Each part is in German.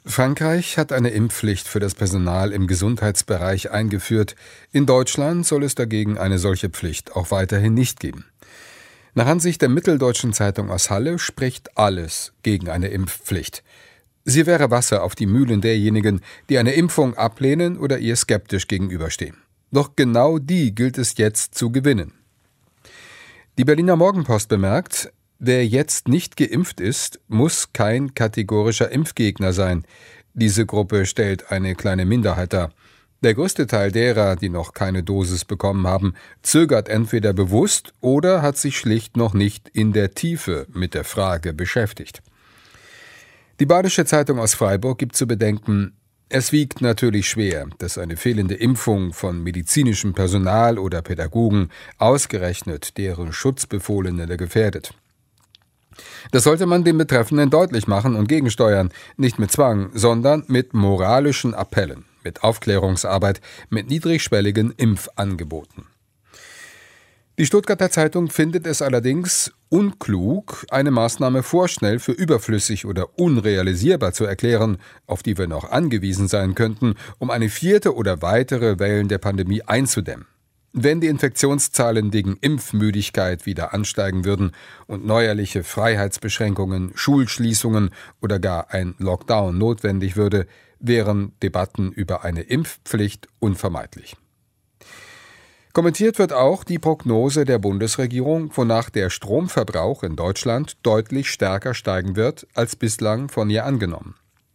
Frankreich hat eine Impfpflicht für das Personal im Gesundheitsbereich eingeführt. In Deutschland soll es dagegen eine solche Pflicht auch weiterhin nicht geben. Nach Ansicht der Mitteldeutschen Zeitung aus Halle spricht alles gegen eine Impfpflicht. Sie wäre Wasser auf die Mühlen derjenigen, die eine Impfung ablehnen oder ihr skeptisch gegenüberstehen. Doch genau die gilt es jetzt zu gewinnen. Die Berliner Morgenpost bemerkt, wer jetzt nicht geimpft ist, muss kein kategorischer Impfgegner sein. Diese Gruppe stellt eine kleine Minderheit dar. Der größte Teil derer, die noch keine Dosis bekommen haben, zögert entweder bewusst oder hat sich schlicht noch nicht in der Tiefe mit der Frage beschäftigt. Die Badische Zeitung aus Freiburg gibt zu bedenken, es wiegt natürlich schwer, dass eine fehlende Impfung von medizinischem Personal oder Pädagogen ausgerechnet deren Schutzbefohlene gefährdet. Das sollte man den Betreffenden deutlich machen und gegensteuern, nicht mit Zwang, sondern mit moralischen Appellen, mit Aufklärungsarbeit, mit niedrigschwelligen Impfangeboten. Die Stuttgarter Zeitung findet es allerdings unklug, eine Maßnahme vorschnell für überflüssig oder unrealisierbar zu erklären, auf die wir noch angewiesen sein könnten, um eine 4. oder weitere Wellen der Pandemie einzudämmen. Wenn die Infektionszahlen wegen Impfmüdigkeit wieder ansteigen würden und neuerliche Freiheitsbeschränkungen, Schulschließungen oder gar ein Lockdown notwendig würde, wären Debatten über eine Impfpflicht unvermeidlich. Kommentiert wird auch die Prognose der Bundesregierung, wonach der Stromverbrauch in Deutschland deutlich stärker steigen wird, als bislang von ihr angenommen.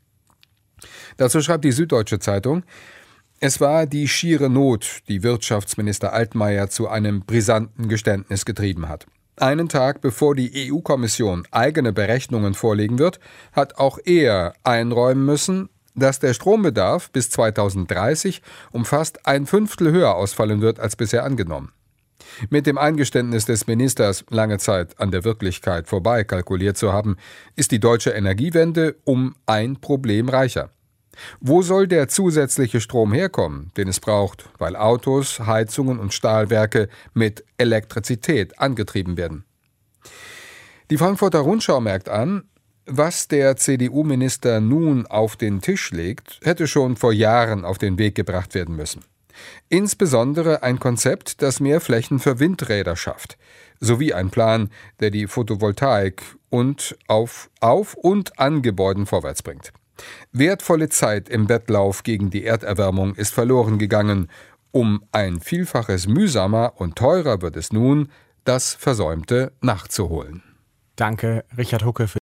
Dazu schreibt die Süddeutsche Zeitung, es war die schiere Not, die Wirtschaftsminister Altmaier zu einem brisanten Geständnis getrieben hat. Einen Tag bevor die EU-Kommission eigene Berechnungen vorlegen wird, hat auch er einräumen müssen, dass der Strombedarf bis 2030 um fast 1/5 höher ausfallen wird als bisher angenommen. Mit dem Eingeständnis des Ministers, lange Zeit an der Wirklichkeit vorbei kalkuliert zu haben, ist die deutsche Energiewende um ein Problem reicher. Wo soll der zusätzliche Strom herkommen, den es braucht, weil Autos, Heizungen und Stahlwerke mit Elektrizität angetrieben werden? Die Frankfurter Rundschau merkt an, was der CDU-Minister nun auf den Tisch legt, hätte schon vor Jahren auf den Weg gebracht werden müssen. Insbesondere ein Konzept, das mehr Flächen für Windräder schafft, sowie ein Plan, der die Photovoltaik auf und an Gebäuden vorwärts bringt. Wertvolle Zeit im Wettlauf gegen die Erderwärmung ist verloren gegangen. Um ein Vielfaches mühsamer und teurer wird es nun, das Versäumte nachzuholen. Danke, Richard Hucke.